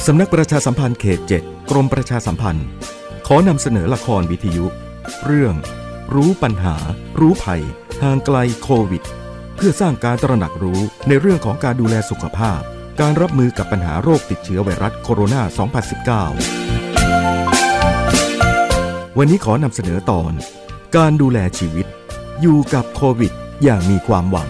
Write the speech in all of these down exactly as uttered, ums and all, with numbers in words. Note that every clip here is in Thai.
สำนักประชาสัมพันธ์เขตเจ็ดกรมประชาสัมพันธ์ขอนำเสนอละครวิทยุเรื่องรู้ปัญหารู้ภัยห่างไกลโควิดเพื่อสร้างการตระหนักรู้ในเรื่องของการดูแลสุขภาพการรับมือกับปัญหาโรคติดเชื้อไวรัสโคโรนา สองพันสิบเก้า วันนี้ขอนำเสนอตอนการดูแลชีวิตอยู่กับโควิดอย่างมีความหวัง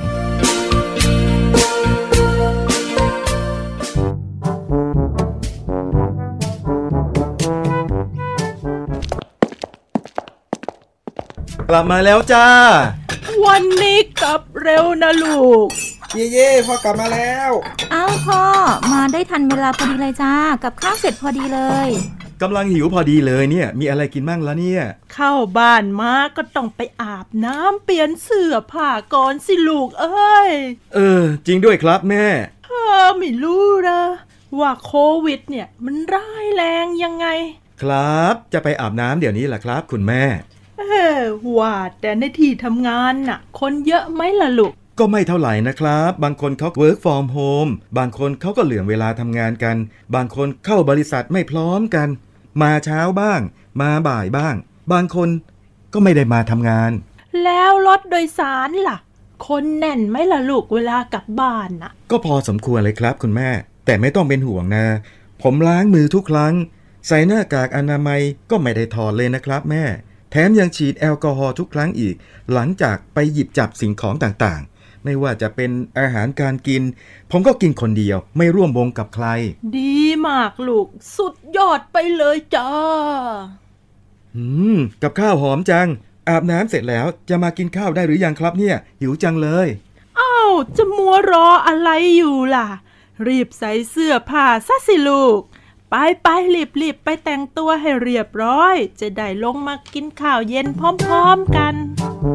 กลับมาแล้วจ้าวันนี้กลับเร็วนะลูกเย่เย่พ่อกลับมาแล้วอ้าวพ่อมาได้ทันเวลาพอดีเลยจ้ากับข้าวเสร็จพอดีเลยกำลังหิวพอดีเลยเนี่ยมีอะไรกินบ้างละเนี่ยเข้าบ้านมาก็ต้องไปอาบน้ำเปลี่ยนเสื้อผ้าก่อนสิลูกเอ้ยเออจริงด้วยครับแม่เธอไม่รู้นะว่าโควิดเนี่ยมันร้ายแรงยังไงครับจะไปอาบน้ำเดี๋ยวนี้แหละครับคุณแม่เออว่าแต่ในที่ทำงานน่ะคนเยอะไหมล่ะลูกก็ไม่เท่าไหร่นะครับบางคนเขา work from home บางคนเขาก็เหลื่อมเวลาทำงานกันบางคนเข้าบริษัทไม่พร้อมกันมาเช้าบ้างมาบ่ายบ้างบางคนก็ไม่ได้มาทำงานแล้วรถโดยสารล่ะคนแน่นไหมล่ะลูกเวลากลับบ้านน่ะก็พอสมควรเลยครับคุณแม่แต่ไม่ต้องเป็นห่วงนะผมล้างมือทุกครั้งใส่หน้ากากอนามัยก็ไม่ได้ถอดเลยนะครับแม่แถมยังฉีดแอลกอฮอล์ทุกครั้งอีกหลังจากไปหยิบจับสิ่งของต่างๆไม่ว่าจะเป็นอาหารการกินผมก็กินคนเดียวไม่ร่วมวงกับใครดีมากลูกสุดยอดไปเลยจ้าอืมกับข้าวหอมจังอาบน้ำเสร็จแล้วจะมากินข้าวได้หรือยังครับเนี่ยหิวจังเลยอ้าวจะมัวรออะไรอยู่ล่ะรีบใส่เสื้อผ้าซะสิลูกไปไปรีบๆไปแต่งตัวให้เรียบร้อยจะได้ลงมากินข้าวเย็นพร้อมๆกัน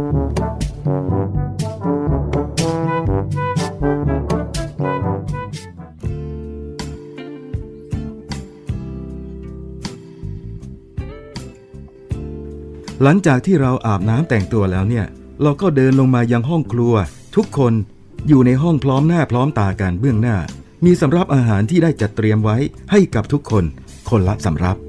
หลังจากที่เราอาบน้ำแต่งตัวแล้วเนี่ยเราก็เดินลงมายังห้องครัวทุกคนอยู่ในห้องพร้อมหน้าพร้อมตากันเบื้องหน้ามีสำรับอาหารที่ได้จัดเตรียมไว้ให้กับทุกคนคนละสำรับ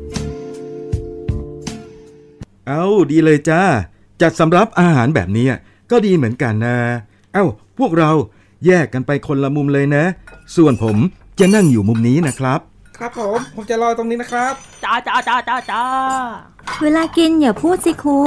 เอาดีเลยจ้าจัดสำรับอาหารแบบนี้ก็ดีเหมือนกันนะเอ้าพวกเราแยกกันไปคนละมุมเลยนะส่วนผมจะนั่งอยู่มุมนี้นะครับครับผมผมจะรอตรงนี้นะครับจ้าจ้าจ้าจ้าจ้าเวลากินอย่าพูดสิคุณ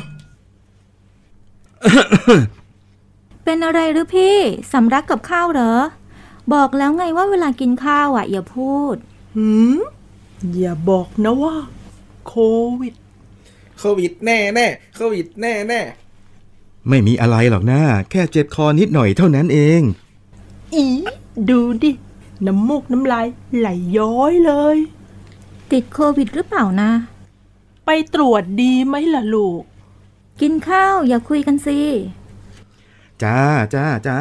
เป็นอะไรหรือพี่สำลักกับข้าวเหรอบอกแล้วไงว่าเวลากินข้าวอ่ะอย่าพูดหืมอย่าบอกนะว่าโควิดโควิดแน่แน่โควิดแน่แน่ไม่มีอะไรหรอกนะแค่เจ็บคอนิดหน่อยเท่านั้นเองอีดูดิน้ำมูกน้ำลายไหลย้อยเลยติดโควิดหรือเปล่านะไปตรวจดีไหมล่ะลูกกินข้าวอย่าคุยกันสิจ้าจ้าจ้า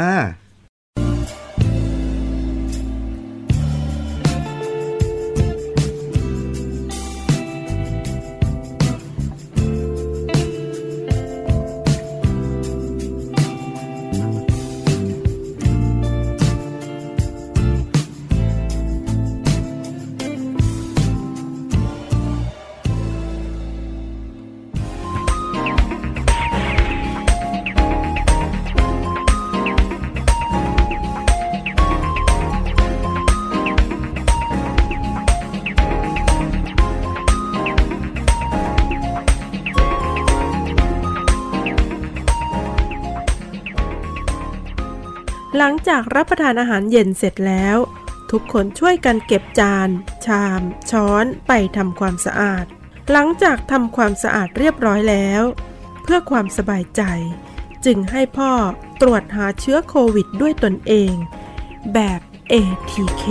หลังจากรับประทานอาหารเย็นเสร็จแล้วทุกคนช่วยกันเก็บจานชามช้อนไปทำความสะอาดหลังจากทำความสะอาดเรียบร้อยแล้วเพื่อความสบายใจจึงให้พ่อตรวจหาเชื้อโควิดด้วยตนเองแบบ เอ ที เค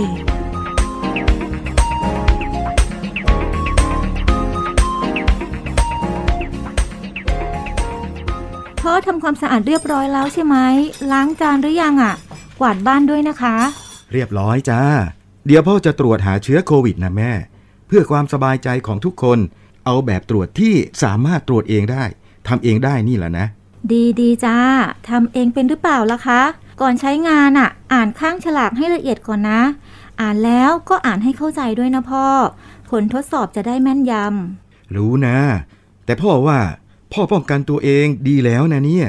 พ่อทำความสะอาดเรียบร้อยแล้วใช่ไหมล้างจานหรือยังอ่ะกวาดบ้านด้วยนะคะเรียบร้อยจ้าเดี๋ยวพ่อจะตรวจหาเชื้อโควิดนะแม่เพื่อความสบายใจของทุกคนเอาแบบตรวจที่สามารถตรวจเองได้ทำเองได้นี่แหละนะดีดีจ้าทำเองเป็นหรือเปล่าล่ะคะก่อนใช้งานอ่ะอ่านข้างฉลากให้ละเอียดก่อนนะอ่านแล้วก็อ่านให้เข้าใจด้วยนะพ่อผลทดสอบจะได้แม่นยำรู้นะแต่พ่อว่าพ่อป้องกันตัวเองดีแล้วนะเนี่ย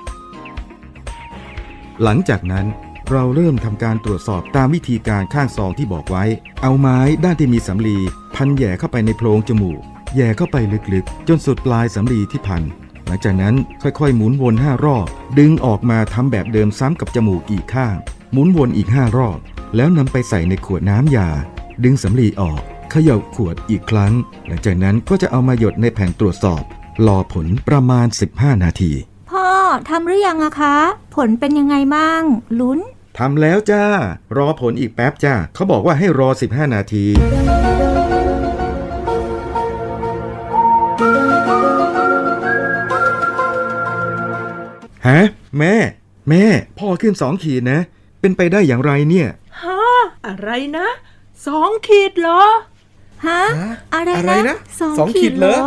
หลังจากนั้นเราเริ่มทำการตรวจสอบตามวิธีการข้างซองที่บอกไว้เอาไม้ด้านที่มีสำลีพันแย่เข้าไปในโพรงจมูกแย่เข้าไปลึกๆจนสุดปลายสำลีที่พันหลังจากนั้นค่อยๆหมุนวนห้ารอบดึงออกมาทำแบบเดิมซ้ำกับจมูกอีกข้างหมุนวนอีกห้ารอบแล้วนำไปใส่ในขวดน้ำยาดึงสำลีออกเขย่าขวดอีกครั้งหลังจากนั้นก็จะเอามาหยดในแผ่นตรวจสอบรอผลประมาณสิบห้านาทีพ่อทำหรือยังอะคะผลเป็นยังไงบ้างลุ้นทำแล้วจ้ารอผลอีกแป๊บจ้าเขาบอกว่าให้รอสิบห้านาทีฮะแม่แม่พ่อขึ้นสองขีดนะเป็นไปได้อย่างไรเนี่ยฮะอะไรนะสองขีดเหรอฮะอะไรนะนะสองขีดเหรอ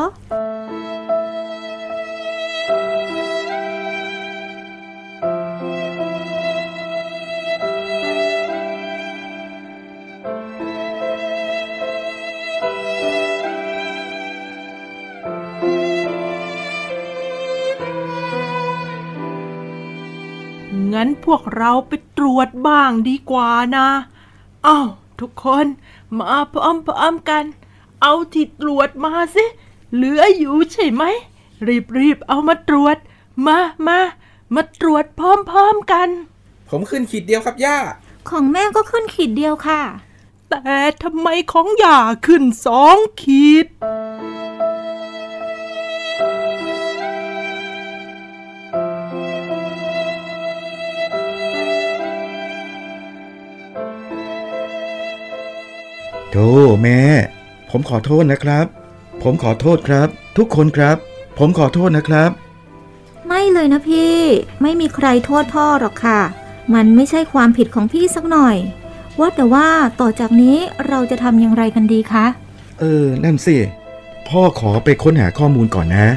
งั้นพวกเราไปตรวจบ้างดีกว่านะอ้าวทุกคนมาพร้อมๆกันเอาที่ตรวจมาสิเหลืออยู่ใช่ไหมรีบๆเอามาตรวจมามามาตรวจพร้อมๆกันผมขึ้นขีดเดียวครับย่าของแม่ก็ขึ้นขีดเดียวค่ะแต่ทำไมของย่าขึ้นสองขีดโธ่แม่ผมขอโทษนะครับผมขอโทษครับทุกคนครับผมขอโทษนะครับไม่เลยนะพี่ไม่มีใครโทษพ่อหรอกค่ะมันไม่ใช่ความผิดของพี่สักหน่อยว่าแต่ว่าต่อจากนี้เราจะทำอย่างไรกันดีคะเออนั่นสิพ่อขอไปค้นหาข้อมูลก่อนนะ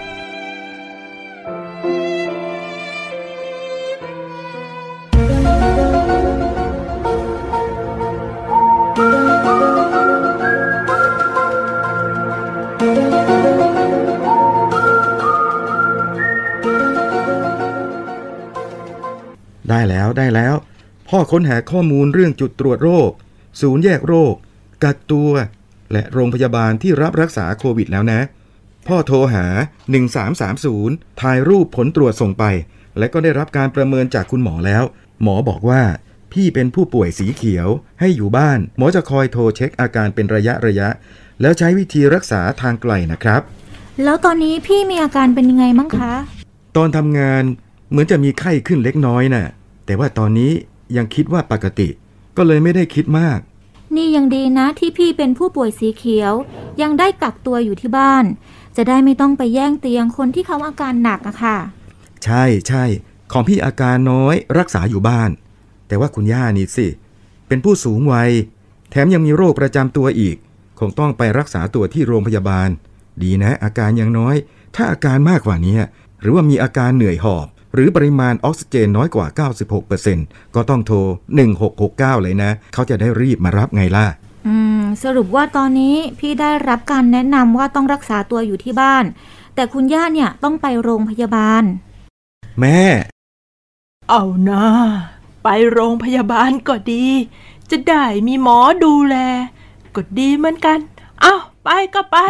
ได้แล้วได้แล้วพ่อค้นหาข้อมูลเรื่องจุดตรวจโรคศูนย์แยกโรคกักตัวและโรงพยาบาลที่รับรักษาโควิดแล้วนะพ่อโทรหาหนึ่งสามสามศูนย์ถ่ายรูปผลตรวจส่งไปและก็ได้รับการประเมินจากคุณหมอแล้วหมอบอกว่าพี่เป็นผู้ป่วยสีเขียวให้อยู่บ้านหมอจะคอยโทรเช็คอาการเป็นระยะระยะแล้วใช้วิธีรักษาทางไกลนะครับแล้วตอนนี้พี่มีอาการเป็นยังไงมั้งคะตอนทำงานเหมือนจะมีไข้ขึ้นเล็กน้อยน่ะแต่ว่าตอนนี้ยังคิดว่าปกติก็เลยไม่ได้คิดมากนี่ยังดีนะที่พี่เป็นผู้ป่วยสีเขียวยังได้กักตัวอยู่ที่บ้านจะได้ไม่ต้องไปแย่งเตียงคนที่เขาอาการหนักอะค่ะใช่ใช่ของพี่อาการน้อยรักษาอยู่บ้านแต่ว่าคุณย่านี่สิเป็นผู้สูงวัยแถมยังมีโรคประจำตัวอีกคงต้องไปรักษาตัวที่โรงพยาบาลดีนะอาการยังน้อยถ้าอาการมากกว่านี้หรือว่ามีอาการเหนื่อยหอบหรือปริมาณออกซิเจนน้อยกว่า เก้าสิบหกเปอร์เซ็นต์ ก็ต้องโทรหนึ่งหกหกเก้าเลยนะเขาจะได้รีบมารับไงล่ะอืมสรุปว่าตอนนี้พี่ได้รับการแนะนำว่าต้องรักษาตัวอยู่ที่บ้านแต่คุณย่าเนี่ยต้องไปโรงพยาบาลแม่เอานะไปโรงพยาบาลก็ดีจะได้มีหมอดูแลก็ดีเหมือนกันเอาไปก็ไป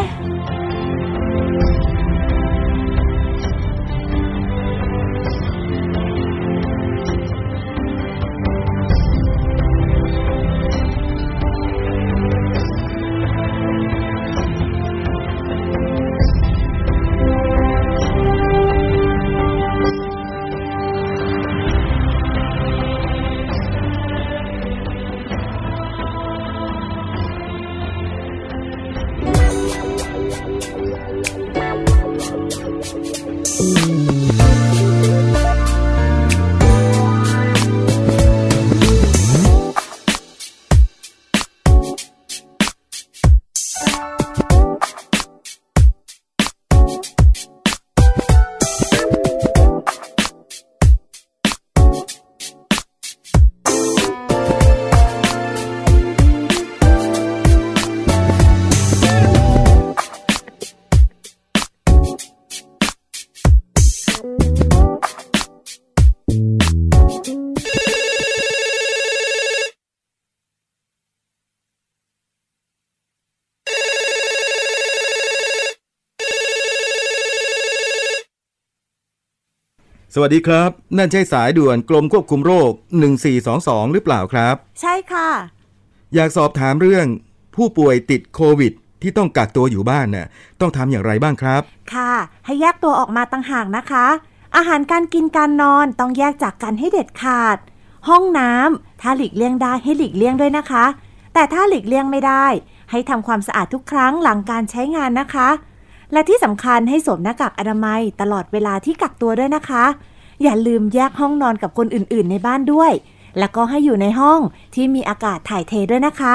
สวัสดีครับนั่นใช่สายด่วนกรมควบคุมโรคหนึ่งสี่สองสองหรือเปล่าครับใช่ค่ะอยากสอบถามเรื่องผู้ป่วยติดโควิดที่ต้องกักตัวอยู่บ้านน่ะต้องทำอย่างไรบ้างครับค่ะให้แยกตัวออกมาต่างหากนะคะอาหารการกินการนอนต้องแยกจากกันให้เด็ดขาดห้องน้ำถ้าหลีกเลี่ยงได้ให้หลีกเลี่ยงด้วยนะคะแต่ถ้าหลีกเลี่ยงไม่ได้ให้ทำความสะอาดทุกครั้งหลังการใช้งานนะคะและที่สำคัญให้สวมหน้ากากอนามัยตลอดเวลาที่กักตัวด้วยนะคะอย่าลืมแยกห้องนอนกับคนอื่นๆในบ้านด้วยแล้วก็ให้อยู่ในห้องที่มีอากาศถ่ายเทด้วยนะคะ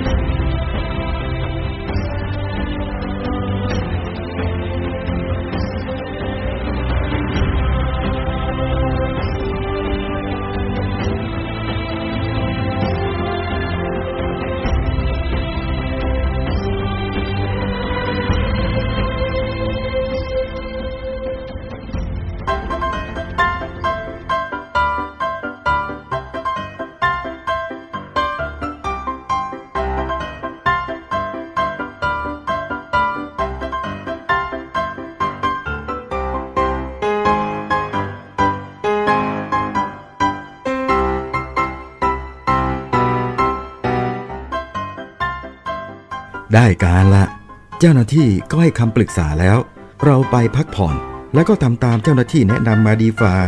ได้การละเจ้าหน้าที่ก็ให้คำปรึกษาแล้วเราไปพักผ่อนแล้วก็ทำตามเจ้าหน้าที่แนะนำมาดีฝ่า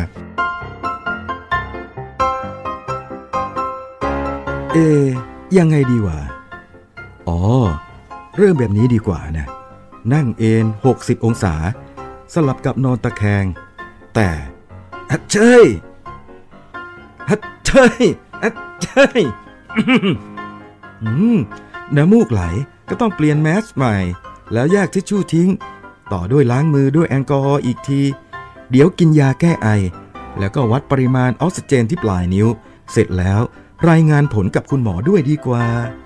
เอยังไงดีวะอ๋อเรื่องแบบนี้ดีกว่านะนั่งเอนหกสิบองศาสลับกับนอนตะแคงแต่ฮัดเชยฮัดเชยฮัดเชยอืมน้ำมูกไหลก็ต้องเปลี่ยนแมสใหม่แล้วแยกทิชชู่ทิ้งต่อด้วยล้างมือด้วยแอลกอฮอล์อีกทีเดี๋ยวกินยาแก้ไอแล้วก็วัดปริมาณออกซิเจนที่ปลายนิ้วเสร็จแล้วรายงานผลกับคุณหมอด้วยดีกว่า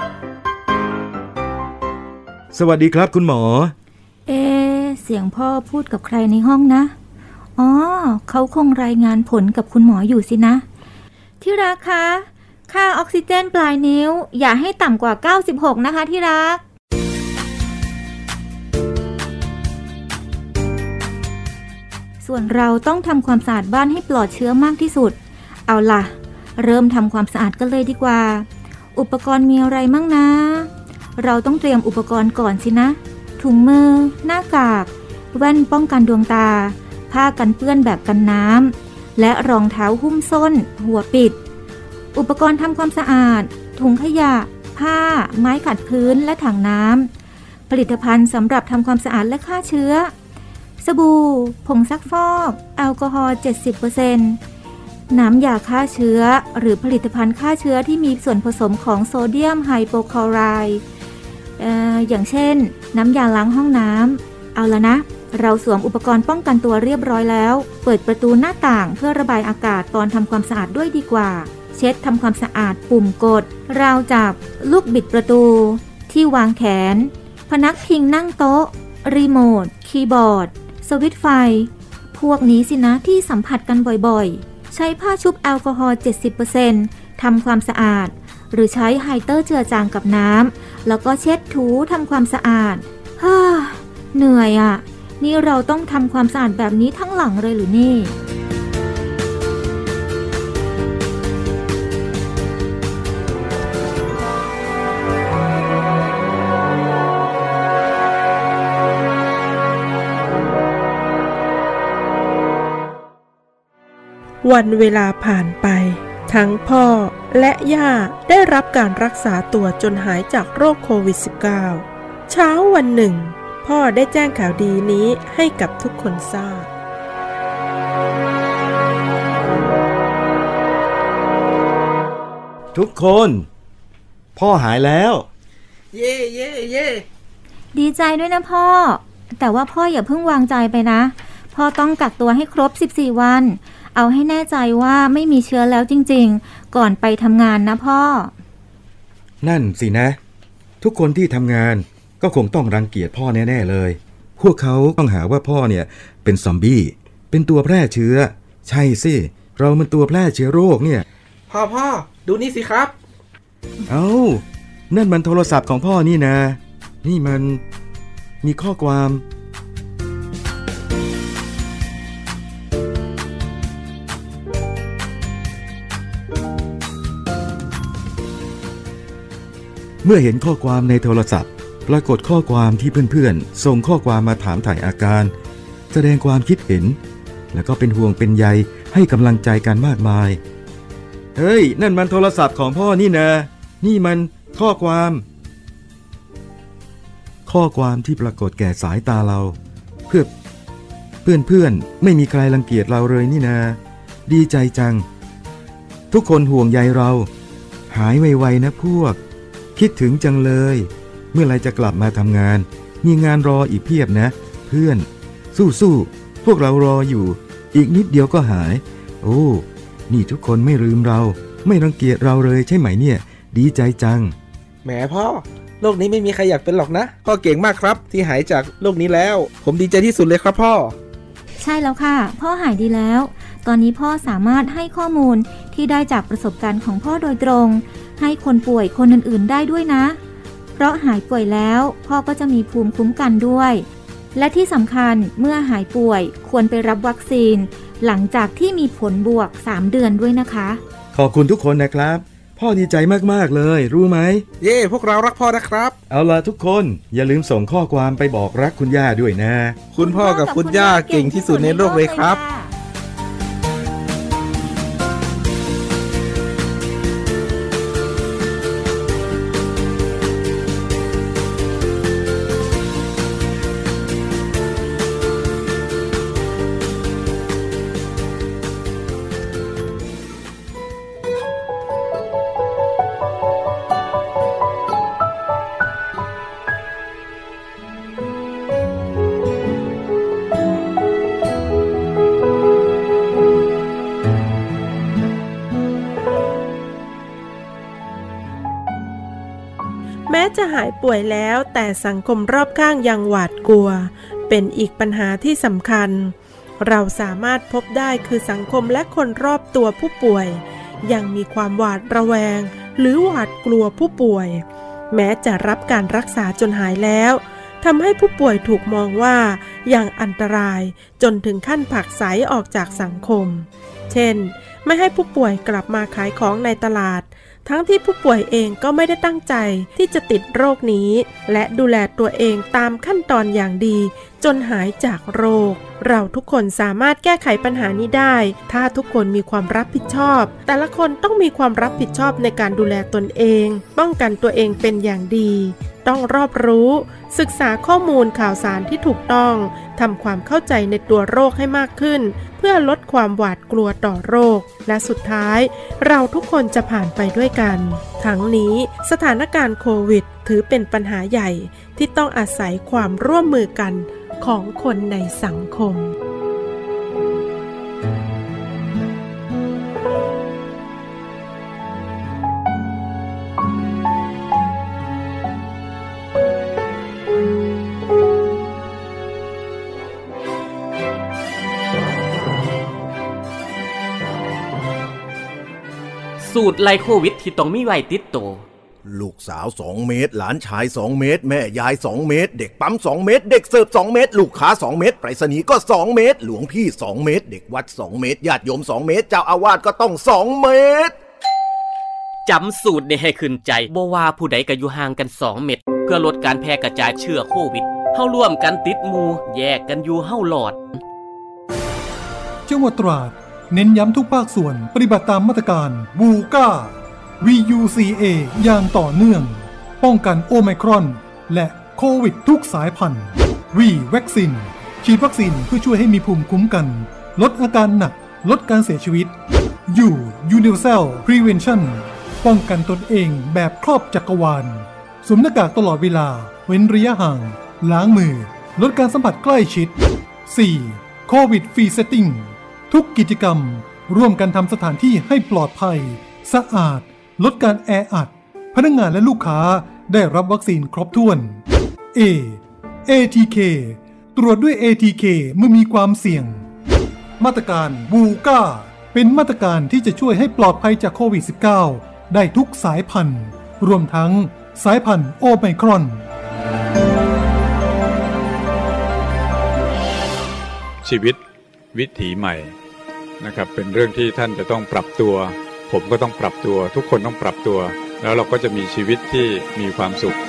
สวัสดีครับคุณหมอเอเสียงพ่อพูดกับใครในห้องนะอ๋อเขาคงรายงานผลกับคุณหมออยู่สินะที่รักคะค่าออกซิเจนปลายนิ้วอย่าให้ต่ำกว่าเก้าสิบหกนะคะที่รักส่วนเราต้องทำความสะอาดบ้านให้ปลอดเชื้อมากที่สุดเอาล่ะเริ่มทำความสะอาดกันเลยดีกว่าอุปกรณ์มีอะไรมั่งนะเราต้องเตรียมอุปกรณ์ก่อนสินะถุงมือหน้ากากแว่นป้องกันดวงตาผ้ากันเปื้อนแบบกันน้ำและรองเท้าหุ้มส้นหัวปิดอุปกรณ์ทำความสะอาดถุงขยะผ้าไม้ขัดพื้นและถังน้ำผลิตภัณฑ์สำหรับทำความสะอาดและฆ่าเชื้อสบู่ผงซักฟอกแอลกอฮอล์ เจ็ดสิบเปอร์เซ็นต์ น้ำยาฆ่าเชื้อหรือผลิตภัณฑ์ฆ่าเชื้อที่มีส่วนผสมของโซเดียมไฮโปคลอไรด์เอ่ออย่างเช่นน้ำยาล้างห้องน้ำเอาละนะเราสวมอุปกรณ์ป้องกันตัวเรียบร้อยแล้วเปิดประตูหน้าต่างเพื่อระบายอากาศตอนทำความสะอาดด้วยดีกว่าเช็ดทำความสะอาดปุ่มกดราวจับลูกบิดประตูที่วางแขนพนักพิงนั่งโต๊ะรีโมทคีย์บอร์ดสวิตช์ไฟพวกนี้สินะที่สัมผัสกันบ่อยๆใช้ผ้าชุบแอลกอฮอล์ เจ็ดสิบเปอร์เซ็นต์ ทำความสะอาดหรือใช้ไฮเตอร์เจือจางกับน้ำแล้วก็เช็ดถูทำความสะอาดฮ่าเหนื่อยอ่ะนี่เราต้องทำความสะอาดแบบนี้ทั้งหลังเลยหรือนี่วันเวลาผ่านไปทั้งพ่อและย่าได้รับการรักษาตัวจนหายจากโรคโควิด สิบเก้า เช้าวันหนึ่งพ่อได้แจ้งข่าวดีนี้ให้กับทุกคนทราบทุกคนพ่อหายแล้วเย่เย่เย่ดีใจด้วยนะพ่อแต่ว่าพ่ออย่าเพิ่งวางใจไปนะพ่อต้องกักตัวให้ครบสิบสี่วันเอาให้แน่ใจว่าไม่มีเชื้อแล้วจริงๆก่อนไปทำงานนะพ่อนั่นสินะทุกคนที่ทำงานก็คงต้องรังเกียจพ่อแน่ๆเลยพวกเขาต้องหาว่าพ่อเนี่ยเป็นซอมบี้เป็นตัวแพร่เชื้อใช่สิเรามันตัวแพร่เชื้อโรคเนี่ยพ่อพ่อดูนี่สิครับเอ้านั่นมันโทรศัพท์ของพ่อนี่นะนี่มันมีข้อความเมื่อเห็นข้อความในโทรศัพท์ปรากฏข้อความที่เพื่อนๆส่งข้อความมาถามถ่ายอาการแสดงความคิดเห็นแล้วก็เป็นห่วงเป็นใยให้กำลังใจกันมากมายเฮ้ยนั่นมันโทรศัพท์ของพ่อนี่นะนี่มันข้อความข้อความที่ปรากฏแก่สายตาเราเพื่อเพื่อนๆไม่มีใครรังเกียจเราเลยนี่นะดีใจจังทุกคนห่วงใยเราหายไวๆนะพวกคิดถึงจังเลยเมื่อไรจะกลับมาทำงานมีงานรออีกเพียบนะเพื่อนสู้ๆพวกเรารออยู่อีกนิดเดียวก็หายโอ้นี่ทุกคนไม่ลืมเราไม่รังเกียจเราเลยใช่ไหมเนี่ยดีใจจังแหมพ่อโรคนี้ไม่มีใครอยากเป็นหรอกนะพ่อเก่งมากครับที่หายจากโรคนี้แล้วผมดีใจที่สุดเลยครับพ่อใช่แล้วค่ะพ่อหายดีแล้วตอนนี้พ่อสามารถให้ข้อมูลที่ได้จากประสบการณ์ของพ่อโดยตรงให้คนป่วยคนอื่นๆได้ด้วยนะเพราะหายป่วยแล้วพ่อก็จะมีภูมิคุ้มกันด้วยและที่สำคัญเมื่อหายป่วยควรไปรับวัคซีนหลังจากที่มีผลบวกสามเดือนด้วยนะคะขอบคุณทุกคนนะครับพ่อดีใจมากๆเลยรู้ไหมเย่พวกเรารักพ่อนะครับเอาล่ะทุกคนอย่าลืมส่งข้อความไปบอกรักคุณย่าด้วยนะคุณพ่อกับคุณย่าเก่งที่สุดในโลกเลยครับแม้จะหายป่วยแล้วแต่สังคมรอบข้างยังหวาดกลัวเป็นอีกปัญหาที่สำคัญเราสามารถพบได้คือสังคมและคนรอบตัวผู้ป่วยยังมีความหวาดระแวงหรือหวาดกลัวผู้ป่วยแม้จะรับการรักษาจนหายแล้วทำให้ผู้ป่วยถูกมองว่ายังอันตรายจนถึงขั้นผลักไสออกจากสังคมเช่นไม่ให้ผู้ป่วยกลับมาขายของในตลาดทั้งที่ผู้ป่วยเองก็ไม่ได้ตั้งใจที่จะติดโรคนี้และดูแลตัวเองตามขั้นตอนอย่างดีจนหายจากโรคเราทุกคนสามารถแก้ไขปัญหานี้ได้ถ้าทุกคนมีความรับผิดชอบแต่ละคนต้องมีความรับผิดชอบในการดูแลตนเองป้องกันตัวเองเป็นอย่างดีต้องรอบรู้ศึกษาข้อมูลข่าวสารที่ถูกต้องทำความเข้าใจในตัวโรคให้มากขึ้นเพื่อลดความหวาดกลัวต่อโรคและสุดท้ายเราทุกคนจะผ่านไปด้วยกันทั้งนี้สถานการณ์โควิดถือเป็นปัญหาใหญ่ที่ต้องอาศัยความร่วมมือกันของคนในสังคมสูตรไล่โควิดที่ต้องมีไว้ติดตัวลูกสาวสองเมตรหลานชายสองเมตรแม่ยายสองเมตรเด็กปั๊มสองเมตรเด็กเสิร์ฟสองเมตรลูกค้าสองเมตรไปรษณีย์ก็สองเมตรหลวงพี่สองเมตรเด็กวัดสองเมตรญาติโยมสองเมตรเจ้าอาวาสก็ต้องสองเมตรจำสูตรนี้ให้ขึ้นใจบ่ว่าผู้ใดก็อยู่ห่างกันสองเมตรเพื่อลดการแพร่กระจายเชื้อโควิดเฮาร่วมกันติดหมู่แยกกันอยู่เฮาหลอดจังหวัดตราดเน้นย้ำทุกภาคส่วนปฏิบัติตามมาตรการ วู ก้า วี ยู ซี เอ อย่างต่อเนื่องป้องกันโอไมครอนและโควิดทุกสายพันธุ์ วี วัคซีนฉีดวัคซีนเพื่อช่วยให้มีภูมิคุ้มกันลดอาการหนักลดการเสียชีวิต ยู Universal Prevention ป้องกันตนเองแบบครอบจักรวาลสวมหน้ากากตลอดเวลาเว้นระยะห่างล้างมือลดการสัมผัสใกล้ชิด สี่ โควิดฟรีเซตติ้งทุกกิจกรรมร่วมกันทำสถานที่ให้ปลอดภัยสะอาดลดการแออัดพนักงานและลูกค้าได้รับวัคซีนครบถ้วน A เอ ที เค ตรวจด้วย เอ ที เค เมื่อมีความเสี่ยงมาตรการ วู ก้า เป็นมาตรการที่จะช่วยให้ปลอดภัยจากโควิด สิบเก้า ได้ทุกสายพันธุ์รวมทั้งสายพันธุ์โอไมครอนชีวิตวิถีใหม่นะครับเป็นเรื่องที่ท่านจะต้องปรับตัวผมก็ต้องปรับตัวทุกคนต้องปรับตัวแล้วเราก็จะมีชีวิตที่มีความสุข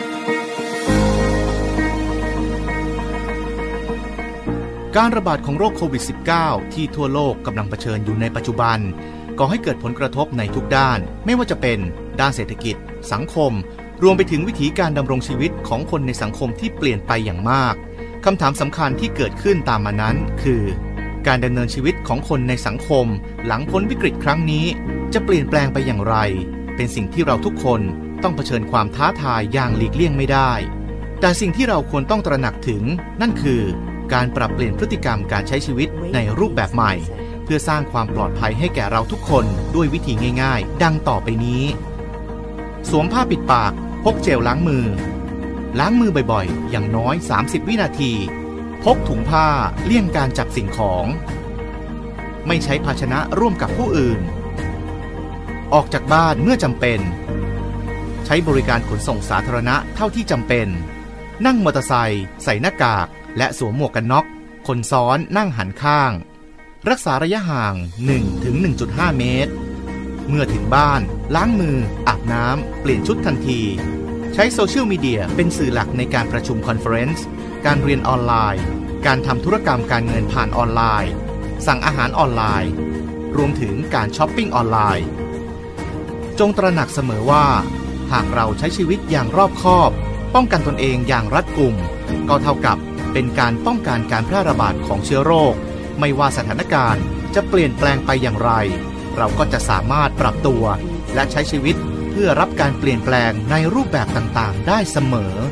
การระบาดของโรคโควิด สิบเก้า ที่ทั่วโลกกำลังเผชิญอยู่ในปัจจุบันก่อให้เกิดผลกระทบในทุกด้านไม่ว่าจะเป็นด้านเศรษฐกิจสังคมรวมไปถึงวิถีการดำรงชีวิตของคนในสังคมที่เปลี่ยนไปอย่างมากคำถามสำคัญที่เกิดขึ้นตามมานั้นคือการดำเนินชีวิตของคนในสังคมหลังพ้นวิกฤตครั้งนี้จะเปลี่ยนแปลงไปอย่างไรเป็นสิ่งที่เราทุกคนต้องเผชิญความท้าทายอย่างหลีกเลี่ยงไม่ได้แต่สิ่งที่เราควรต้องตระหนักถึงนั่นคือการปรับเปลี่ยนพฤติกรรมการใช้ชีวิตในรูปแบบใหม่เพื่อสร้างความปลอดภัยให้แก่เราทุกคนด้วยวิธีง่ายๆดังต่อไปนี้สวมผ้าปิดปากพกเจลล้างมือล้างมือบ่อยๆอย่างน้อยสามสิบวินาทีพกถุงผ้าเลี่ยงการจับสิ่งของไม่ใช้ภาชนะร่วมกับผู้อื่นออกจากบ้านเมื่อจำเป็นใช้บริการขนส่งสาธารณะเท่าที่จำเป็นนั่งมอเตอร์ไซค์ใส่หน้ากากและสวมหมวกกันน็อกคนซ้อนนั่งหันข้างรักษาระยะห่าง หนึ่งถึงหนึ่งจุดห้า เมตรเมื่อถึงบ้านล้างมืออาบน้ำเปลี่ยนชุดทันทีใช้โซเชียลมีเดียเป็นสื่อหลักในการประชุมคอนเฟอเรนซ์การเรียนออนไลน์การทำธุรกรรมการเงินผ่านออนไลน์สั่งอาหารออนไลน์รวมถึงการช้อปปิ้งออนไลน์จงตระหนักเสมอว่าหากเราใช้ชีวิตอย่างรอบคอบป้องกันตนเองอย่างรัดกุมก็เท่ากับเป็นการป้องกันการแพร่ระบาดของเชื้อโรคไม่ว่าสถานการณ์จะเปลี่ยนแปลงไปอย่างไรเราก็จะสามารถปรับตัวและใช้ชีวิตเพื่อรับการเปลี่ยนแปลงในรูปแบบต่างๆได้เสมอ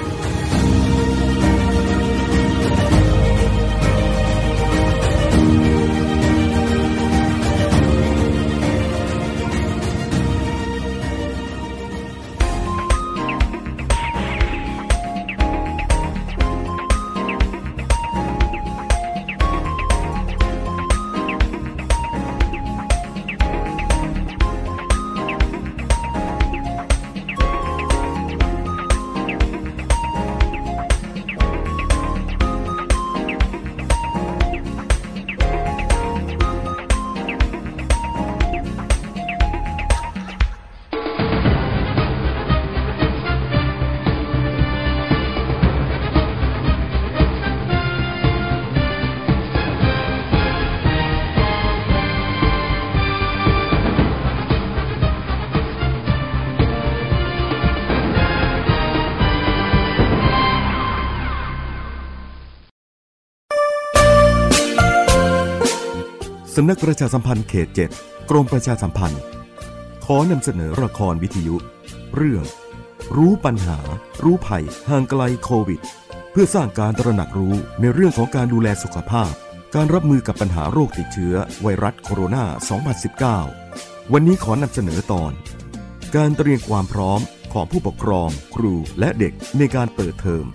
สำนักประชาสัมพันธ์เขตเจ็ดกรมประชาสัมพันธ์ขอนำเสนอละครวิทยุเรื่องรู้ปัญหารู้ภัยห่างไกลโควิดเพื่อสร้างการตระหนักรู้ในเรื่องของการดูแลสุขภาพการรับมือกับปัญหาโรคติดเชื้อไวรัสโคโรนา สองพันสิบเก้า วันนี้ขอนำเสนอตอนการเตรียมความพร้อมของผู้ปกครองครูและเด็กในการเปิดเทอม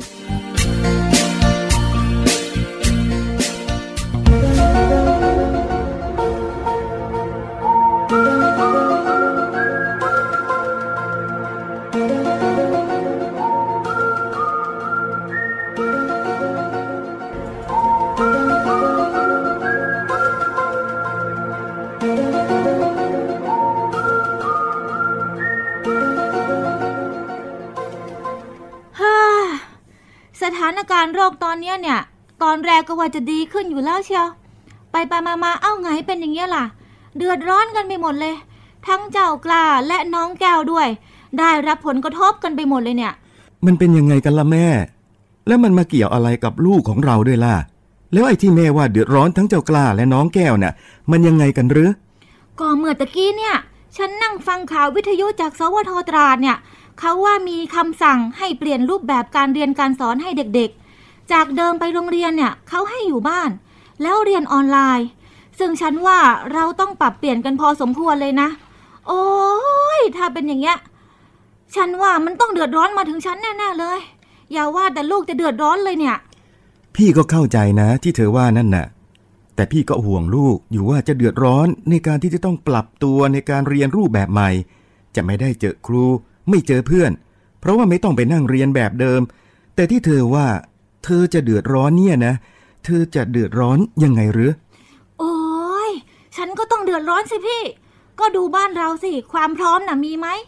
สถานการณ์โรคตอนนี้เนี่ยตอนแรกก็ว่าจะดีขึ้นอยู่แล้วเชียวไปไปมาๆเอ้าไงเป็นอย่างเงี้ยล่ะเดือดร้อนกันไปหมดเลยทั้งเจ้ากล้าและน้องแก้วด้วยได้รับผลกระทบกันไปหมดเลยเนี่ยมันเป็นยังไงกันล่ะแม่แล้วมันมาเกี่ยวอะไรกับลูกของเราด้วยล่ะแล้วไอ้ที่แม่ว่าเดือดร้อนทั้งเจ้ากล้าและน้องแก้วน่ะมันยังไงกันหรือก็เมื่อตะกี้เนี่ยฉันนั่งฟังข่าววิทยุจากสวทตราดเนี่ยเขาว่ามีคำสั่งให้เปลี่ยนรูปแบบการเรียนการสอนให้เด็กๆจากเดิมไปโรงเรียนเนี่ยเขาให้อยู่บ้านแล้วเรียนออนไลน์ซึ่งฉันว่าเราต้องปรับเปลี่ยนกันพอสมควรเลยนะโอ้ยถ้าเป็นอย่างเงี้ยฉันว่ามันต้องเดือดร้อนมาถึงฉันแน่ๆเลยอย่าว่าแต่ลูกจะเดือดร้อนเลยเนี่ยพี่ก็เข้าใจนะที่เธอว่านั่นน่ะแต่พี่ก็ห่วงลูกอยู่ว่าจะเดือดร้อนในการที่จะต้องปรับตัวในการเรียนรูปแบบใหม่จะไม่ได้เจอครูไม่เจอเพื่อนเพราะว่าไม่ต้องไปนั่งเรียนแบบเดิมแต่ที่เธอว่าเธอจะเดือดร้อนเนี่ยนะเธอจะเดือดร้อนยังไงหรือโอ้ยฉันก็ต้องเดือดร้อนสิพี่ก็ดูบ้านเราสิความพร้อมน่ะมีไหม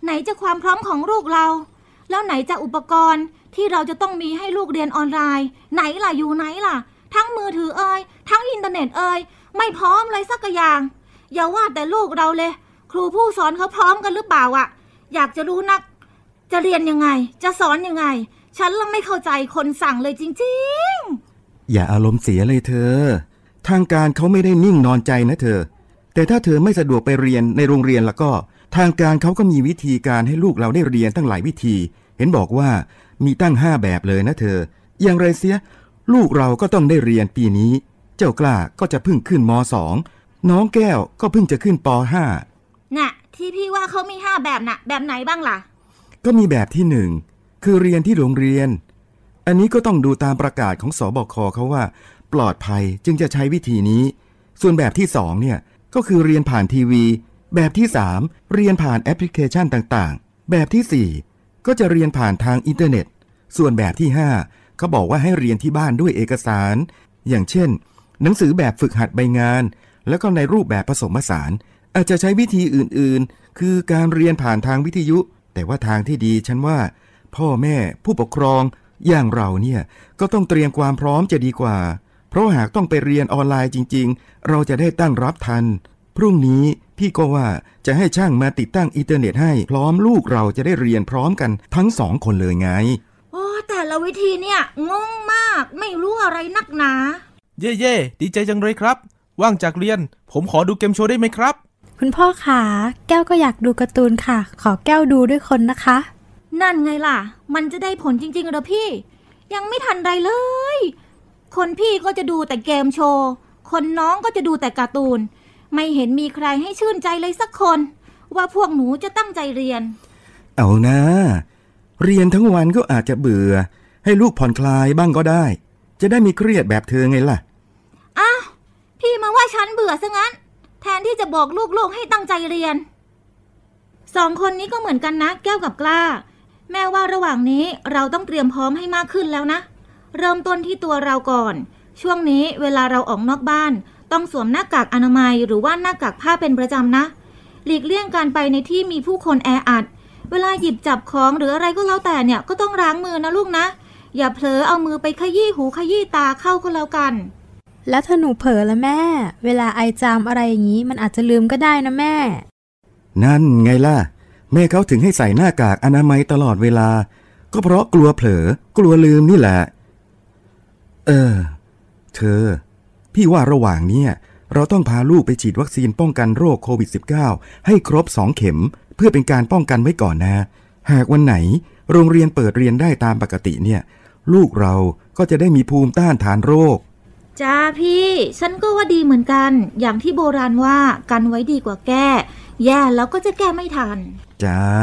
ไหนจะความพร้อมของลูกเราแล้วไหนจะอุปกรณ์ที่เราจะต้องมีให้ลูกเรียนออนไลน์ไหนล่ะอยู่ไหนล่ะทั้งมือถือเอ่ยทั้งอินเทอร์เน็ตเอ่ยไม่พร้อมเลยสักอย่างอย่าว่าแต่ลูกเราเลยครูผู้สอนเขาพร้อมกันหรือเปล่าอ่ะอยากจะรู้นักจะเรียนยังไงจะสอนยังไงฉันละไม่เข้าใจคนสั่งเลยจริงๆอย่าอารมณ์เสียเลยเธอทางการเขาไม่ได้นิ่งนอนใจนะเธอแต่ถ้าเธอไม่สะดวกไปเรียนในโรงเรียนแล้วก็ทางการเขาก็มีวิธีการให้ลูกเราได้เรียนตั้งหลายวิธีเห็นบอกว่ามีตั้งห้าแบบเลยนะเธออย่างไรเสียลูกเราก็ต้องได้เรียนปีนี้เจ้ากล้าก็จะเพิ่งขึ้นม.สอง น้องแก้วก็เพิ่งจะขึ้นป.ห้าน่ะที่พี่ว่าเขามีห้าแบบน่ะแบบไหนบ้างล่ะก็มีแบบที่หนึ่งคือเรียนที่โรงเรียนอันนี้ก็ต้องดูตามประกาศของสบคเขาว่าปลอดภัยจึงจะใช้วิธีนี้ส่วนแบบที่สองเนี่ยก็คือเรียนผ่านทีวีแบบที่สามเรียนผ่านแอปพลิเคชันต่างๆแบบที่สี่ก็จะเรียนผ่านทางอินเทอร์เน็ตส่วนแบบที่ห้าเขาบอกว่าให้เรียนที่บ้านด้วยเอกสารอย่างเช่นหนังสือแบบฝึกหัดใบงานแล้วก็ในรูปแบบผสมผสานอาจจะใช้วิธีอื่นๆคือการเรียนผ่านทางวิทยุแต่ว่าทางที่ดีฉันว่าพ่อแม่ผู้ปกครองอย่างเราเนี่ยก็ต้องเตรียมความพร้อมจะดีกว่าเพราะหากต้องไปเรียนออนไลน์จริงๆเราจะได้ตั้งรับทันพรุ่งนี้พี่ก็ว่าจะให้ช่างมาติดตั้งอินเทอร์เน็ตให้พร้อมลูกเราจะได้เรียนพร้อมกันทั้งสองคนเลยไงโอ้แต่ละวิธีเนี่ยงงมากไม่รู้อะไรนักหนาเย่เย่ดีใจจังเลยครับว่างจากเรียนผมขอดูเกมโชว์ได้ไหมครับคุณพ่อขาแก้วก็อยากดูการ์ตูนค่ะขอแก้วดูด้วยคนนะคะนั่นไงล่ะมันจะได้ผลจริงๆเหรอพี่ยังไม่ทันไรเลยคนพี่ก็จะดูแต่เกมโชว์คนน้องก็จะดูแต่การ์ตูนไม่เห็นมีใครให้ชื่นใจเลยสักคนว่าพวกหนูจะตั้งใจเรียนเอานะเรียนทั้งวันก็อาจจะเบื่อให้ลูกผ่อนคลายบ้างก็ได้จะได้มีเครียดแบบเธอไงล่ะอ้าวพี่มาว่าฉันเบื่อซะงั้นแทนที่จะบอกลูกๆให้ตั้งใจเรียนสองคนนี้ก็เหมือนกันนะแก้วกับกล้าแม่ว่าระหว่างนี้เราต้องเตรียมพร้อมให้มากขึ้นแล้วนะเริ่มต้นที่ตัวเราก่อนช่วงนี้เวลาเราออกนอกบ้านต้องสวมหน้ากากอนามัยหรือว่าหน้ากากผ้าเป็นประจำนะหลีกเลี่ยงการไปในที่มีผู้คนแออัดเวลาหยิบจับของหรืออะไรก็แล้วแต่เนี่ยก็ต้องล้างมือนะลูกนะอย่าเผลอเอามือไปขยี้หูขยี้ตาเข้าก็แล้วกันแล้วถ้าหนูเผลอละแม่เวลาไอจามอะไรอย่างนี้มันอาจจะลืมก็ได้นะแม่นั่นไงล่ะแม่เขาถึงให้ใส่หน้ากากอนามัยตลอดเวลาก็เพราะกลัวเผลอกลัวลืมนี่แหละเออเธอพี่ว่าระหว่างนี้เราต้องพาลูกไปฉีดวัคซีนป้องกันโรคโควิด สิบเก้า ให้ครบสองเข็มเพื่อเป็นการป้องกันไว้ก่อนนะหากวันไหนโรงเรียนเปิดเรียนได้ตามปกติเนี่ยลูกเราก็จะได้มีภูมิต้านทานโรคจ้าพี่ฉันก็ว่าดีเหมือนกันอย่างที่โบราณว่ากันไว้ดีกว่าแก้แย่แล้วก็จะแก้ไม่ทันจ้า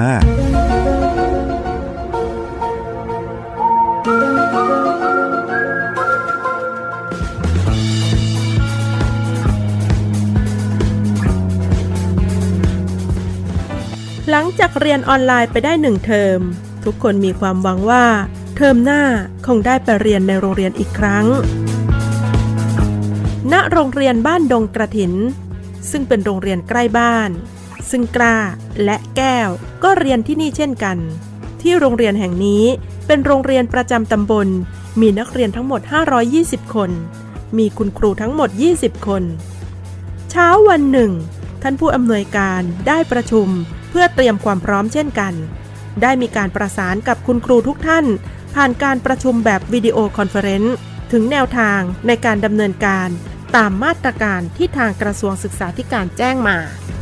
หลังจากเรียนออนไลน์ไปได้หนึ่งเทอมทุกคนมีความหวังว่าเทอมหน้าคงได้ไปเรียนในโรงเรียนอีกครั้งณโรงเรียนบ้านดงกระถินซึ่งเป็นโรงเรียนใกล้บ้านซึ่งกล้าและแก้วก็เรียนที่นี่เช่นกันที่โรงเรียนแห่งนี้เป็นโรงเรียนประจำตำบลมีนักเรียนทั้งหมดห้าร้อยยี่สิบคนมีคุณครูทั้งหมดยี่สิบคนเช้าวันหนึ่งท่านผู้อำนวยการได้ประชุมเพื่อเตรียมความพร้อมเช่นกันได้มีการประสานกับคุณครูทุกท่านผ่านการประชุมแบบวิดีโอคอนเฟอเรนซ์ถึงแนวทางในการดำเนินการตามมาตรการที่ทางกระทรวงศึกษาธิการแจ้งมา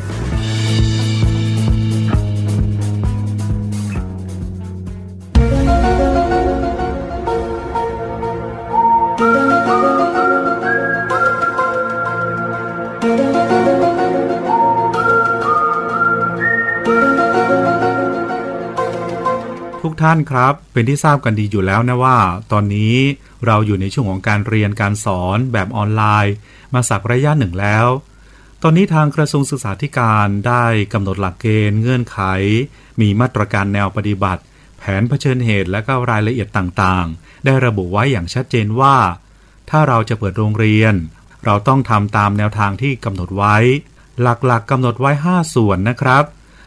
ทุกท่านครับเป็นที่ทราบกันดีอยู่แล้วนะว่าตอนนี้เราอยู่ในช่วงของการเรียนการสอนแบบออนไลน์มาสักระยะหนึ่งแล้วตอนนี้ทางกระทรวงศึกษาธิการได้กำหนดหลักเกณฑ์เงื่อนไขมีมาตรการแนวปฏิบัติแผนเผชิญเหตุและก็รายละเอียดต่างๆได้ระบุไว้อย่างชัดเจนว่าถ้าเราจะเปิดโรงเรียนเราต้องทำตามแนวทางที่กำหนดไว้หลักๆกำหนดไว้ห้าส่วนนะครับ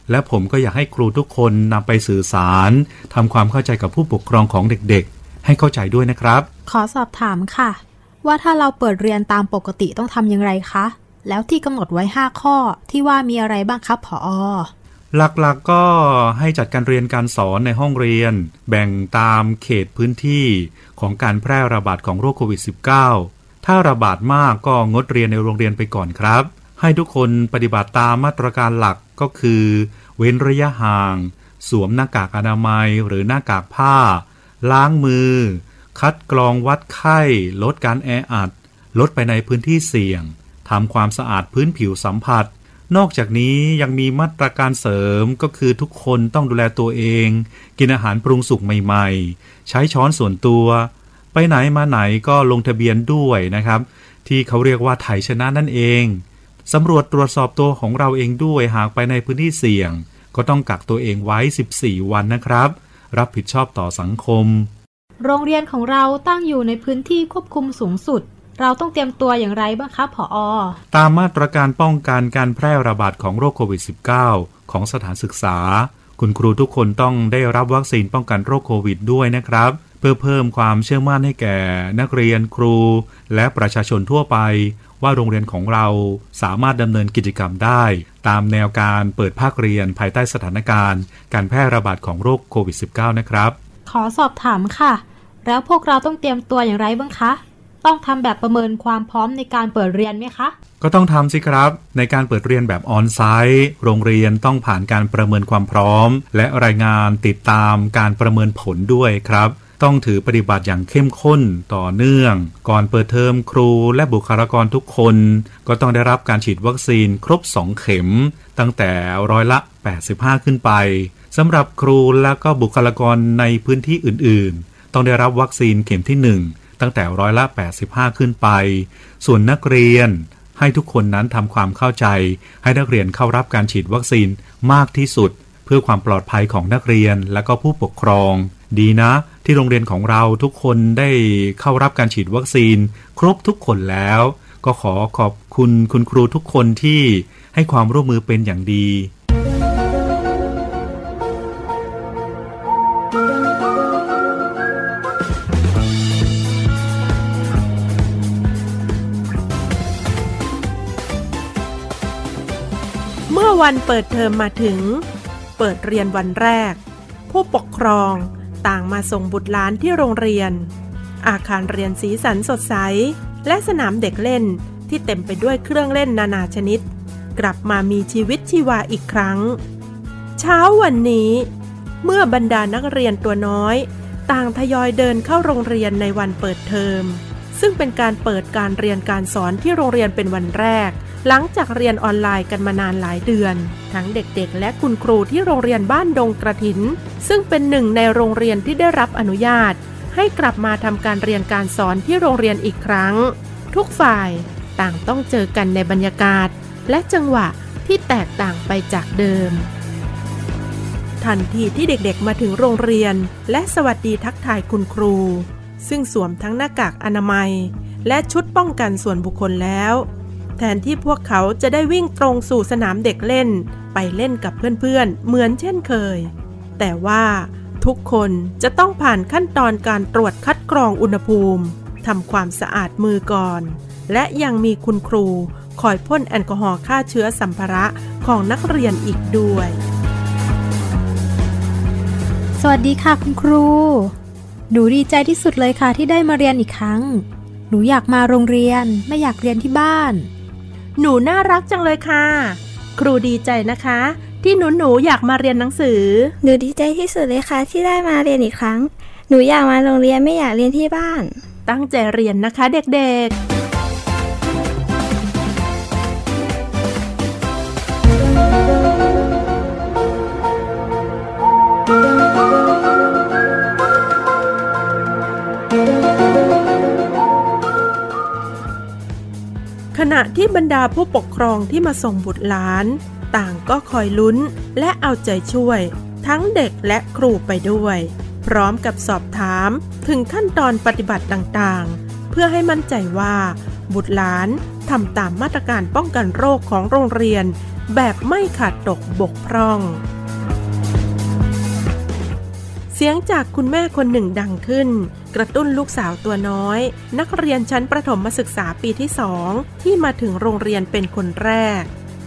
และผมก็อยากให้ครูทุกคนนำไปสื่อสารทำความเข้าใจกับผู้ปกครองของเด็กๆให้เข้าใจด้วยนะครับขอสอบถามค่ะว่าถ้าเราเปิดเรียนตามปกติต้องทำอย่างไรคะแล้วที่กำหนดไว้ห้าข้อที่ว่ามีอะไรบ้างครับผอ. หลักๆ ก, ก็ให้จัดการเรียนการสอนในห้องเรียนแบ่งตามเขตพื้นที่ของการแพร่ระบาดของโรคโควิด สิบเก้า ถ้าระบาดมากก็งดเรียนในโรงเรียนไปก่อนครับให้ทุกคนปฏิบัติตามมาตรการหลักก็คือเว้นระยะห่างสวมหน้ากากอนามัยหรือหน้ากากผ้าล้างมือคัดกรองวัดไข้ลดการแออัดลดไปในพื้นที่เสี่ยงทำความสะอาดพื้นผิวสัมผัสนอกจากนี้ยังมีมาตรการเสริมก็คือทุกคนต้องดูแลตัวเองกินอาหารปรุงสุกใหม่ๆใช้ช้อนส่วนตัวไปไหนมาไหนก็ลงทะเบียนด้วยนะครับที่เขาเรียกว่าไถชนะนั่นเองสำรวจตรวจสอบตัวของเราเองด้วยหากไปในพื้นที่เสี่ยงก็ต้องกักตัวเองไว้สิบสี่วันนะครับรับผิดชอบต่อสังคมโรงเรียนของเราตั้งอยู่ในพื้นที่ควบคุมสูงสุดเราต้องเตรียมตัวอย่างไรบ้างครับผอ. ตามมาตรการป้องกันการแพร่ระบาดของโรคโควิด สิบเก้า ของสถานศึกษาคุณครูทุกคนต้องได้รับวัคซีนป้องกันโรคโควิดด้วยนะครับเพื่อเพิ่มความเชื่อมั่นให้แก่นักเรียนครูและประชาชนทั่วไปว่าโรงเรียนของเราสามารถดำเนินกิจกรรมได้ตามแนวการเปิดภาคเรียนภายใต้สถานการณ์การแพร่ระบาดของโรคโควิด สิบเก้า นะครับขอสอบถามค่ะแล้วพวกเราต้องเตรียมตัวอย่างไรบ้างคะต้องทำแบบประเมินความพร้อมในการเปิดเรียนไหมคะก็ต้องทำสิครับในการเปิดเรียนแบบออนไซต์โรงเรียนต้องผ่านการประเมินความพร้อมและรายงานติดตามการประเมินผลด้วยครับต้องถือปฏิบัติอย่างเข้มข้นต่อเนื่องก่อนเปิดเทอมครูและบุคลากรทุกคนก็ต้องได้รับการฉีดวัคซีนครบสองเข็มตั้งแต่ร้อยละแปดสิบห้าขึ้นไปสำหรับครูและก็บุคลากรในพื้นที่อื่นๆต้องได้รับวัคซีนเข็มที่หนึ่งตั้งแต่ร้อยละแปดสิบห้าขึ้นไปส่วนนักเรียนให้ทุกคนนั้นทำความเข้าใจให้นักเรียนเข้ารับการฉีดวัคซีนมากที่สุดเพื่อความปลอดภัยของนักเรียนและก็ผู้ปกครองดีนะที่โรงเรียนของเราทุกคนได้เข้ารับการฉีดวัคซีนครบทุกคนแล้วก็ขอขอบคุณคุณครูทุกคนที่ให้ความร่วมมือเป็นอย่างดีเมื่อวันเปิดเทอมมาถึงเปิดเรียนวันแรกผู้ปกครองต่างมาส่งบุตรหลานที่โรงเรียนอาคารเรียนสีสันสดใสและสนามเด็กเล่นที่เต็มไปด้วยเครื่องเล่นนานาชนิดกลับมามีชีวิตชีวาอีกครั้งเช้าวันนี้เมื่อบรรดานักเรียนตัวน้อยต่างทยอยเดินเข้าโรงเรียนในวันเปิดเทอมซึ่งเป็นการเปิดการเรียนการสอนที่โรงเรียนเป็นวันแรกหลังจากเรียนออนไลน์กันมานานหลายเดือนทั้งเด็กๆและคุณครูที่โรงเรียนบ้านดงกระถินซึ่งเป็นหนึ่งในโรงเรียนที่ได้รับอนุญาตให้กลับมาทำการเรียนการสอนที่โรงเรียนอีกครั้งทุกฝ่ายต่างต้องเจอกันในบรรยากาศและจังหวะที่แตกต่างไปจากเดิมทันทีที่เด็กๆมาถึงโรงเรียนและสวัสดีทักทายคุณครูซึ่งสวมทั้งหน้ากากอนามัยและชุดป้องกันส่วนบุคคลแล้วแทนที่พวกเขาจะได้วิ่งตรงสู่สนามเด็กเล่นไปเล่นกับเพื่อนๆเหมือนเช่นเคยแต่ว่าทุกคนจะต้องผ่านขั้นตอนการตรวจคัดกรองอุณหภูมิทำความสะอาดมือก่อนและยังมีคุณครูคอยพ่นแอลกอฮอล์ฆ่าเชื้อสัมภาระของนักเรียนอีกด้วยสวัสดีค่ะคุณครูหนูดีใจที่สุดเลยค่ะที่ได้มาเรียนอีกครั้งหนูอยากมาโรงเรียนไม่อยากเรียนที่บ้านหนูน่ารักจังเลยค่ะครูดีใจนะคะที่หนูหนูอยากมาเรียนหนังสือหนูดีใจที่สุดเลยค่ะที่ได้มาเรียนอีกครั้งหนูอยากมาโรงเรียนไม่อยากเรียนที่บ้านตั้งใจเรียนนะคะเด็กๆขณะที่บรรดาผู้ปกครองที่มาส่งบุตรหลานต่างก็คอยลุ้นและเอาใจช่วยทั้งเด็กและครูไปด้วยพร้อมกับสอบถามถึงขั้นตอนปฏิบัติต่างๆเพื่อให้มั่นใจว่าบุตรหลานทำตามมาตรการป้องกันโรคของโรงเรียนแบบไม่ขาดตกบกพร่องเสียงจากคุณแม่คนหนึ่งดังขึ้นกระตุ้นลูกสาวตัวน้อยนักเรียนชั้นประถมศึกษาปีที่สองที่มาถึงโรงเรียนเป็นคนแรก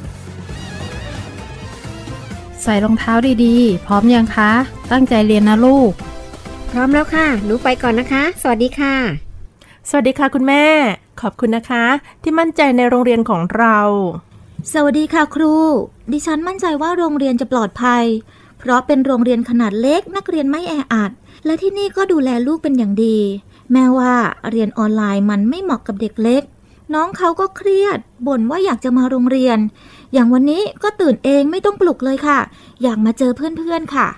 ใส่รองเท้าดีๆพร้อมยังคะตั้งใจเรียนนะลูกพร้อมแล้วค่ะหนูไปก่อนนะคะสวัสดีค่ะสวัสดีค่ะคุณแม่ขอบคุณนะคะที่มั่นใจในโรงเรียนของเราสวัสดีค่ะครูดิฉันมั่นใจว่าโรงเรียนจะปลอดภัยเพราะเป็นโรงเรียนขนาดเล็กนักเรียนไม่แออัดและที่นี่ก็ดูแลลูกเป็นอย่างดีแม้ว่าเรียนออนไลน์มันไม่เหมาะกับเด็กเล็กน้องเขาก็เครียดบ่นว่าอยากจะมาโรงเรียนอย่างวันนี้ก็ตื่นเองไม่ต้องปลุกเลยค่ะอยากมาเจอเพื่อนๆค่ะ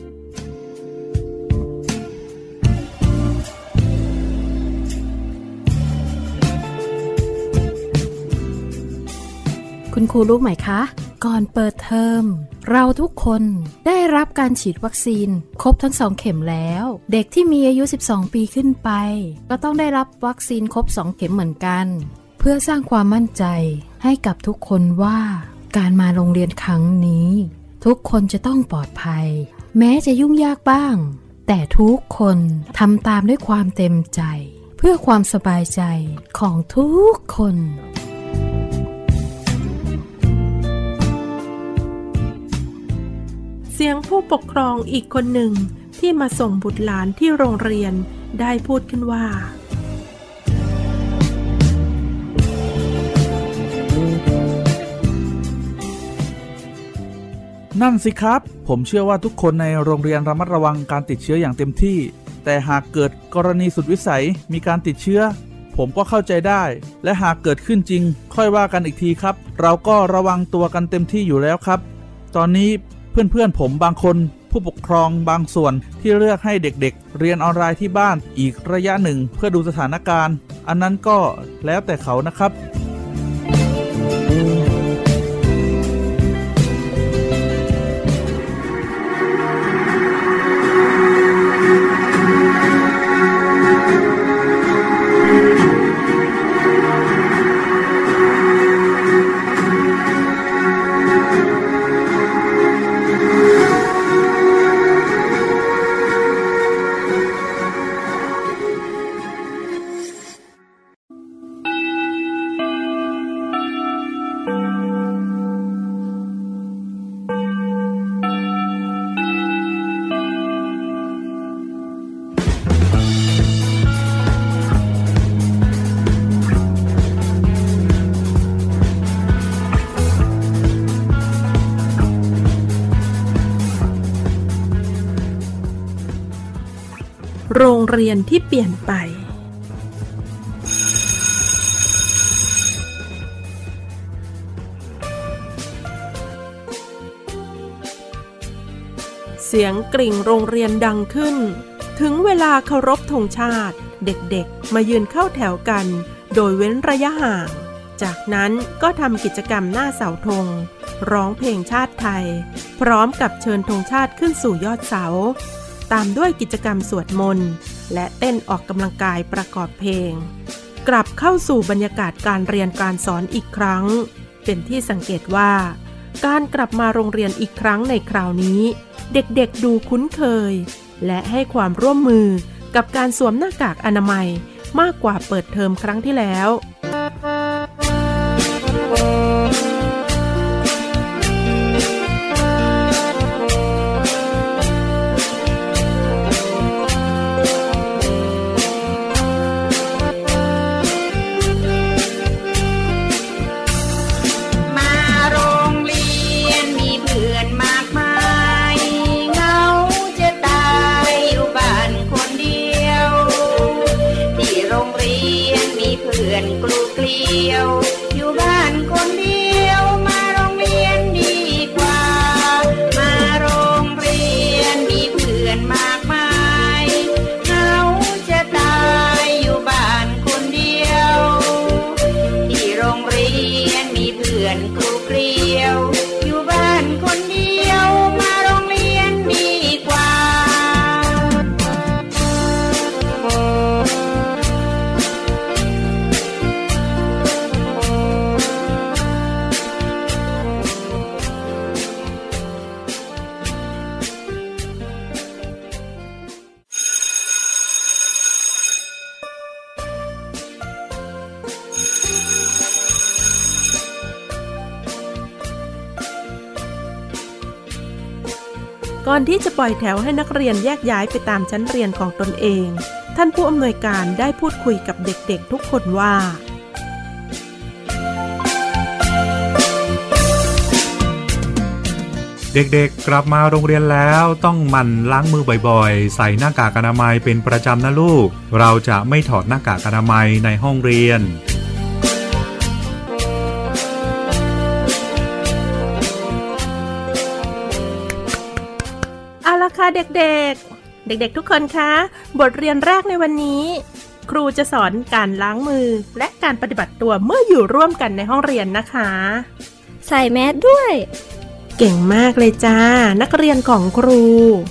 คุณครูรู้ไหมคะก่อนเปิดเทอมเราทุกคนได้รับการฉีดวัคซีนครบทั้งสองเข็มแล้วเด็กที่มีอายุสิบสองปีขึ้นไปก็ต้องได้รับวัคซีนครบสองเข็มเหมือนกันเพื่อสร้างความมั่นใจให้กับทุกคนว่าการมาโรงเรียนครั้งนี้ทุกคนจะต้องปลอดภัยแม้จะยุ่งยากบ้างแต่ทุกคนทำตามด้วยความเต็มใจเพื่อความสบายใจของทุกคนเสียงผู้ปกครองอีกคนหนึ่งที่มาส่งบุตรหลานที่โรงเรียนได้พูดขึ้นว่านั่นสิครับผมเชื่อว่าทุกคนในโรงเรียนระมัดระวังการติดเชื้ออย่างเต็มที่แต่หากเกิดกรณีสุดวิสัยมีการติดเชื้อผมก็เข้าใจได้และหากเกิดขึ้นจริงค่อยว่ากันอีกทีครับเราก็ระวังตัวกันเต็มที่อยู่แล้วครับตอนนี้เพื่อนๆผมบางคนผู้ปกครองบางส่วนที่เลือกให้เด็กๆเรียนออนไลน์ที่บ้านอีกระยะหนึ่งเพื่อดูสถานการณ์อันนั้นก็แล้วแต่เขานะครับโรงเรียนที่เปลี่ยนไปเสียงกริ่งโรงเรียนดังขึ้นถึงเวลาเคารพธงชาติเด็กๆมายืนเข้าแถวกันโดยเว้นระยะห่างจากนั้นก็ทำกิจกรรมหน้าเสาธงร้องเพลงชาติไทยพร้อมกับเชิญธงชาติขึ้นสู่ยอดเสาตามด้วยกิจกรรมสวดมนต์และเต้นออกกำลังกายประกอบเพลงกลับเข้าสู่บรรยากาศการเรียนการสอนอีกครั้งเป็นที่สังเกตว่าการกลับมาโรงเรียนอีกครั้งในคราวนี้เด็กๆดูคุ้นเคยและให้ความร่วมมือกับการสวมหน้ากากอนามัยมากกว่าเปิดเทอมครั้งที่แล้วเพื่อนกลุ่มอนที่จะปล่อยแถวให้นักเรียนแยกย้ายไปตามชั้นเรียนของตนเองท่านผู้อำนวยการได้พูดคุยกับเด็กๆทุกคนว่าเด็กๆกลับมาโรงเรียนแล้วต้องหมั่นล้างมือบ่อยๆใส่หน้ากากอนามัยเป็นประจำนะลูกเราจะไม่ถอดหน้ากากอนามัยในห้องเรียนเอาล่ะค่ะเด็กๆเด็กๆทุกคนคะบทเรียนแรกในวันนี้ครูจะสอนการล้างมือและการปฏิบัติตัวเมื่ออยู่ร่วมกันในห้องเรียนนะคะใส่แมสด้วยเก่งมากเลยจ้านักเรียนของครู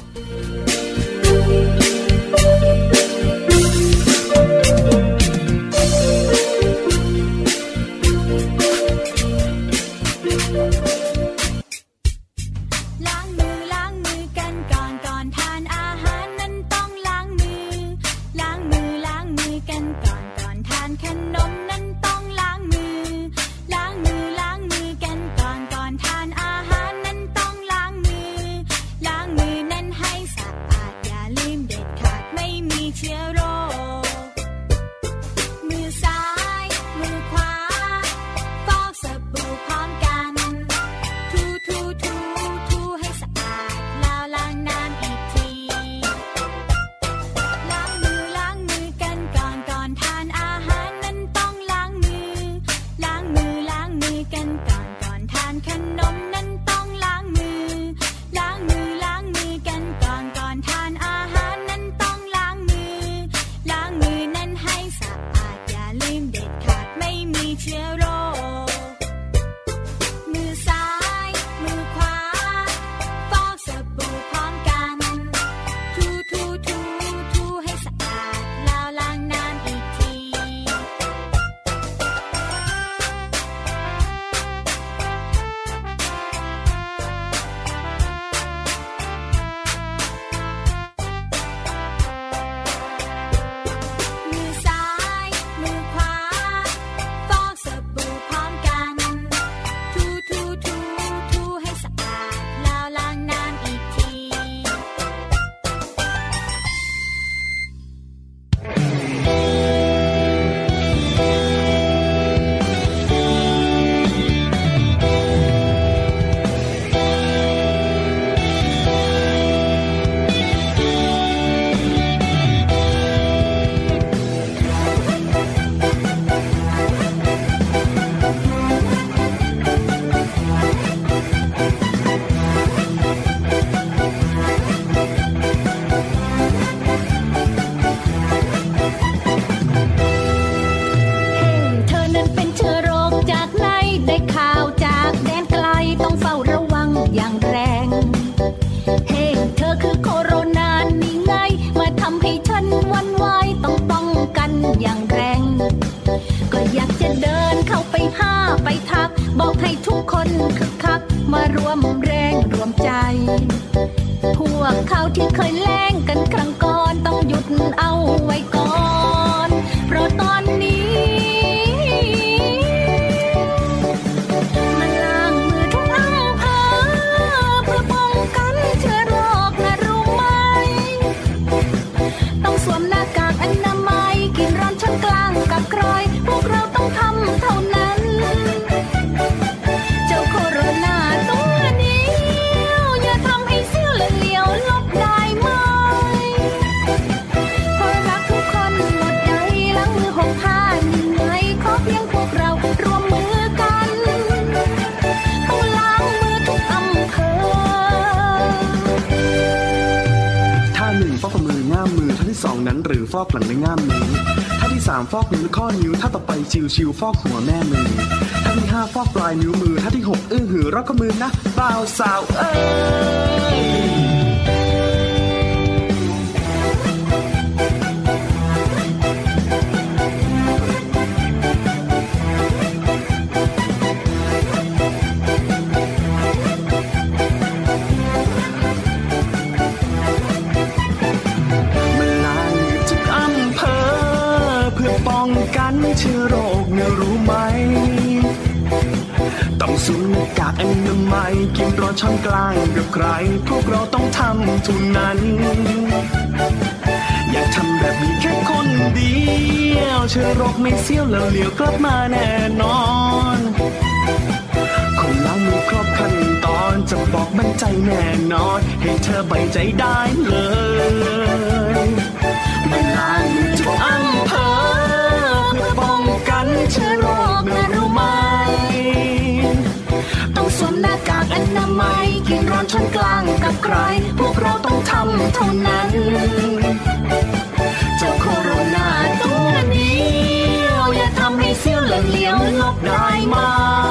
ที่เคยแล้งกันครั้งก่อนต้องหยุดเอาไว้ก่อนเพราะตอนนี้มาล้างมือทุกอำเภอเพื่อป้องกันเชื้อโรคนะรู้ไหมต้องสวมหน้ากากอนามัยกินร้อนช้อนกลางกับใครพวกเราต้องทำเท่านั้นเจ้าโคโรนาตัวนี้อย่าทำให้เสี้ยวเหลียวลบได้ไหมเพราะรักทุกคนหมดใจล้างมือหกห้าหนึ่งไงขอเพียงพวกเรารวมมือกันต้องล้างมือทุกอำเภอท่าหนึ่งฟอกมือง่ามมือท่าที่สองนั้นหรือฟอกหลังในง่ามมือท่าที่สามฟอกนิ้วข้อนิ้วท่าต่อไปชิวชิวฟอกหัวแม่มือท่าที่ห้าฟอกปลายนิ้วมือท่าที่หกอื้อหือรอกมือนะเปล่าสาวเอ้ยเชื้อโรคเนี่ยรู้ไหมต้องสสวมหน้ากากอนามัยกินร้อนช้อนกลางกับใครพวกเราต้องทำทุนนั้นอยากทำแบบนี้แค่คนเดียวเชื้อโรคไม่เสี้ยวแล้วเหลียวกลับมาแน่นอนคนล้างมือครบขั้นตอนจะบอกมั่นใจแน่นอนให้เธอใบใจได้เลยไม่ล้างมือทุกอำเภอเพื่อป้องกันเชื้อโรคนะรู้ไหมต้องสวมหน้ากากอนามัยกินร้อนช้อนกลางกับใครพวกเราต้องทำเท่านั้นเจ้าโคโรนาตัวนี้อย่าทำให้เสี้ยวและเหลียวลบได้ไหม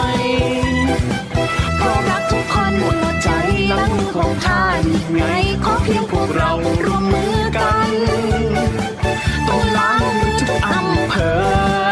เพราะรักทุกคนหมดใจล้างมือของท่านอีกไงขอเพียงพวกเราร่วมมือกันต้องล้างมือทุกอำเภอ